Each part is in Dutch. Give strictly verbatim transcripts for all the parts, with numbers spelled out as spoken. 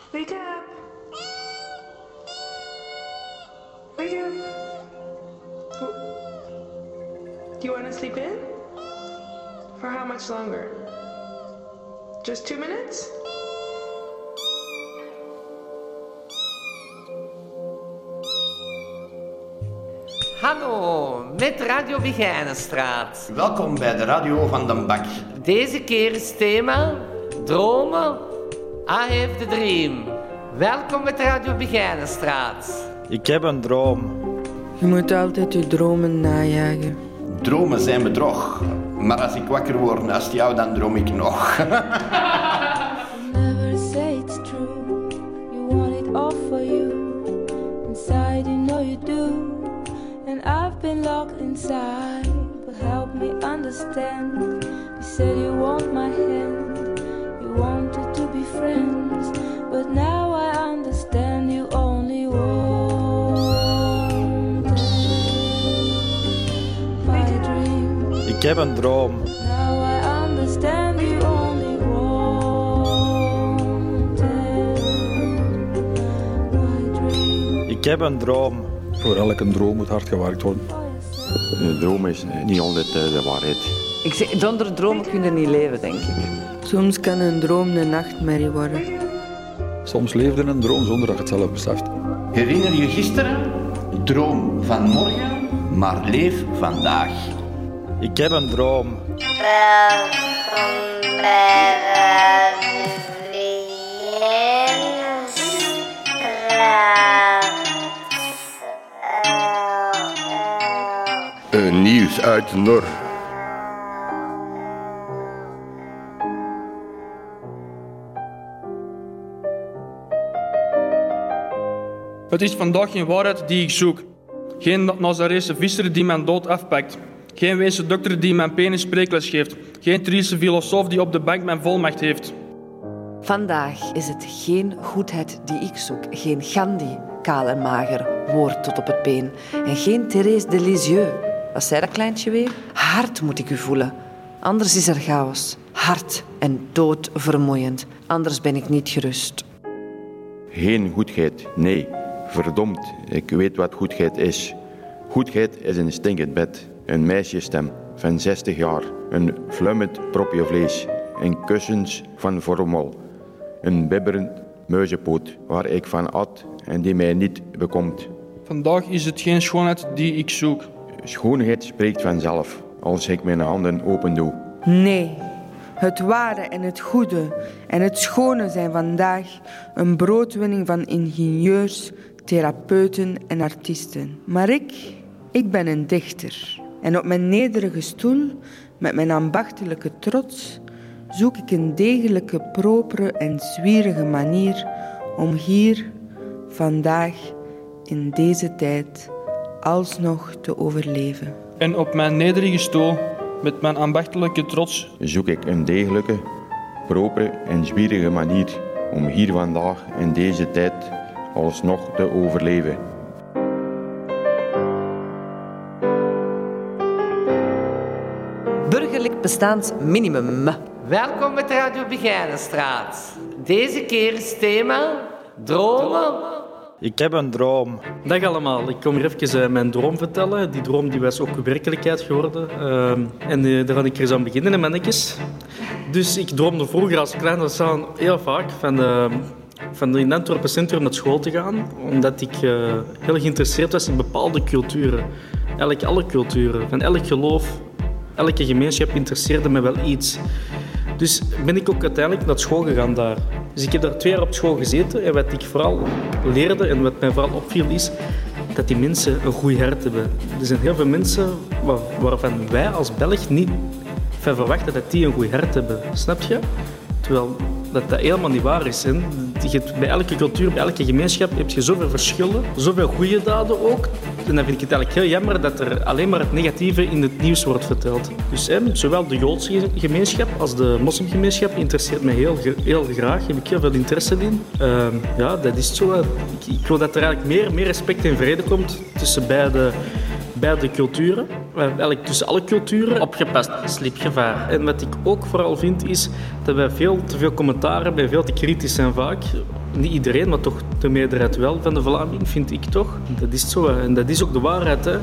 Wake up. Wake up. Do you want to sleep in? For how much longer? Just two minutes? Hallo, met Radio Begijnenstraat. Welkom bij de radio van Den Bak. Deze keer is thema dromen. I have the dream. Welkom met Radio Begijnenstraat. Ik heb een droom. Je moet altijd je dromen najagen. Dromen zijn bedrog. Maar als ik wakker word naast jou, dan droom ik nog. Never say it's true. You want it all for you. Inside you know you do. And I've been locked inside. But help me understand. You said you want my hand. You wanted to be friends. But now I understand you only want my dream. Ik heb een droom. Now I understand you only want my dream. Ik heb een droom. Voor elke droom moet hard gewerkt worden. Een droom is niet altijd de waarheid. Ik zeg, zonder dromen kun je niet leven, denk ik. Soms kan een droom een nachtmerrie worden. Soms leefde een droom zonder dat je het zelf beseft. Herinner je gisteren? Droom van morgen, maar leef vandaag. Ik heb een droom. Een nieuws uit Nor. Het is vandaag geen waarheid die ik zoek. Geen Nazarese visser die mijn dood afpakt. Geen wezense dokter die mijn penis spreekles geeft. Geen trieste filosoof die op de bank mijn volmacht heeft. Vandaag is het geen goedheid die ik zoek. Geen Gandhi, kaal en mager, woord tot op het been. En geen Thérèse de Lisieux. Wat zei dat kleintje weer? Hard moet ik u voelen. Anders is er chaos. Hard en doodvermoeiend. Anders ben ik niet gerust. Geen goedheid, nee. Verdomd, ik weet wat goedheid is. Goedheid is een stinkend bed, een meisjesstem van zestig jaar, een flummend propje vlees, een kussens van formol, een bibberend muizenpoot waar ik van at en die mij niet bekomt. Vandaag is het geen schoonheid die ik zoek. Schoonheid spreekt vanzelf als ik mijn handen open doe. Nee, het ware en het goede en het schone zijn vandaag een broodwinning van ingenieurs, therapeuten en artiesten. Maar ik, ik ben een dichter. En op mijn nederige stoel, met mijn ambachtelijke trots, zoek ik een degelijke, propere en zwierige manier om hier, vandaag, in deze tijd, alsnog te overleven. En op mijn nederige stoel, met mijn ambachtelijke trots, zoek ik een degelijke, propere en zwierige manier om hier vandaag in deze tijd alsnog te overleven. Burgerlijk bestaansminimum. Welkom met Radio Begijnenstraat. Deze keer is thema dromen. Ik heb een droom. Dag allemaal, ik kom hier even uh, mijn droom vertellen. Die droom die was ook werkelijkheid geworden. Uh, en uh, daar ga ik eens aan beginnen, hè, mannetjes. Dus ik droomde vroeger als kleine zoon heel vaak van, uh, van in Antwerpen Centrum naar school te gaan. Omdat ik uh, heel geïnteresseerd was in bepaalde culturen. Eigenlijk alle culturen, van elk geloof, elke gemeenschap interesseerde me wel iets. Dus ben ik ook uiteindelijk naar school gegaan daar. Dus ik heb daar twee jaar op school gezeten en wat ik vooral leerde en wat mij vooral opviel is dat die mensen een goed hart hebben. Er zijn heel veel mensen waar, waarvan wij als Belg niet van verwachten dat die een goed hart hebben. Snap je? Terwijl dat, dat helemaal niet waar is. Hè? Je hebt, bij elke cultuur, bij elke gemeenschap heb je zoveel verschillen, zoveel goede daden ook. En dan vind ik het eigenlijk heel jammer dat er alleen maar het negatieve in het nieuws wordt verteld. Dus hè, zowel de Joodse gemeenschap als de moslimgemeenschap interesseert mij heel, heel graag. Daar heb ik heel veel interesse in. Uh, ja, dat is zo. Ik, ik wil dat er eigenlijk meer, meer respect en vrede komt tussen beide, beide culturen. eigenlijk tussen alle culturen opgepast slipgevaar. En wat ik ook vooral vind is dat wij veel te veel commentaar hebben en veel te kritisch zijn vaak. Niet iedereen, maar toch de meerderheid wel van de Vlaming, vind ik toch. Dat is zo en dat is ook de waarheid. Hè.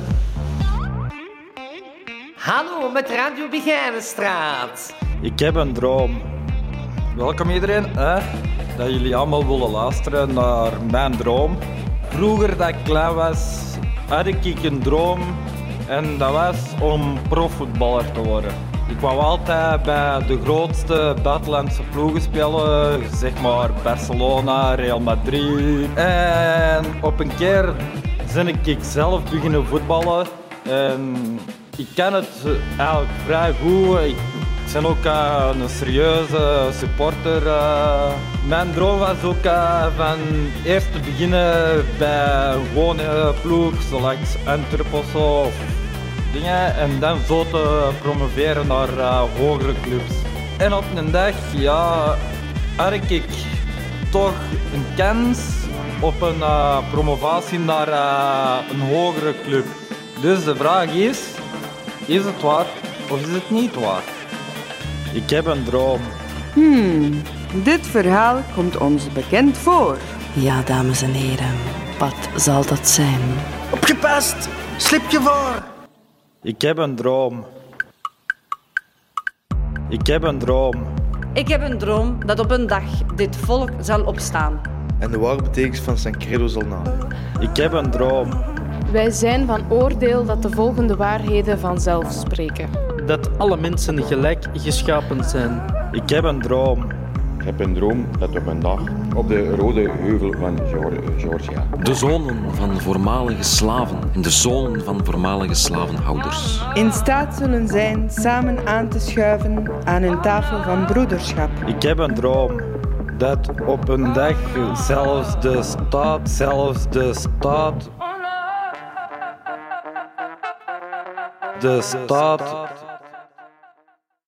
Hallo met Radio Begijnenstraat. Ik heb een droom. Welkom iedereen, hè? Dat jullie allemaal willen luisteren naar mijn droom. Vroeger dat ik klein was, had ik een droom en dat was om profvoetballer te worden. Ik wou altijd bij de grootste buitenlandse ploegen spelen, zeg maar Barcelona, Real Madrid. En op een keer ben ik zelf beginnen voetballen en ik kan het eigenlijk vrij goed. Ik ben ook uh, een serieuze supporter. Uh. Mijn droom was ook uh, van eerst te beginnen bij een gewone ploeg, zoals Antwerpen of zo, of dingen, en dan zo te promoveren naar uh, hogere clubs. En op een dag, ja, had ik toch een kans op een uh, promovatie naar uh, een hogere club. Dus de vraag is, is het waar of is het niet waar? Ik heb een droom. Hmm, dit verhaal komt ons bekend voor. Ja, dames en heren, wat zal dat zijn? Opgepast! Slipgevaar! Ik heb een droom. Ik heb een droom. Ik heb een droom dat op een dag dit volk zal opstaan. En de ware betekenis van zijn credo zal nadenken. Ik heb een droom. Wij zijn van oordeel dat de volgende waarheden vanzelf spreken. Dat alle mensen gelijk geschapen zijn. Ik heb een droom. Ik heb een droom dat op een dag op de rode heuvel van Georgia de zonen van voormalige slaven en de zonen van voormalige slavenhouders in staat zullen zijn samen aan te schuiven aan een tafel van broederschap. Ik heb een droom dat op een dag zelfs de staat, zelfs de staat, de staat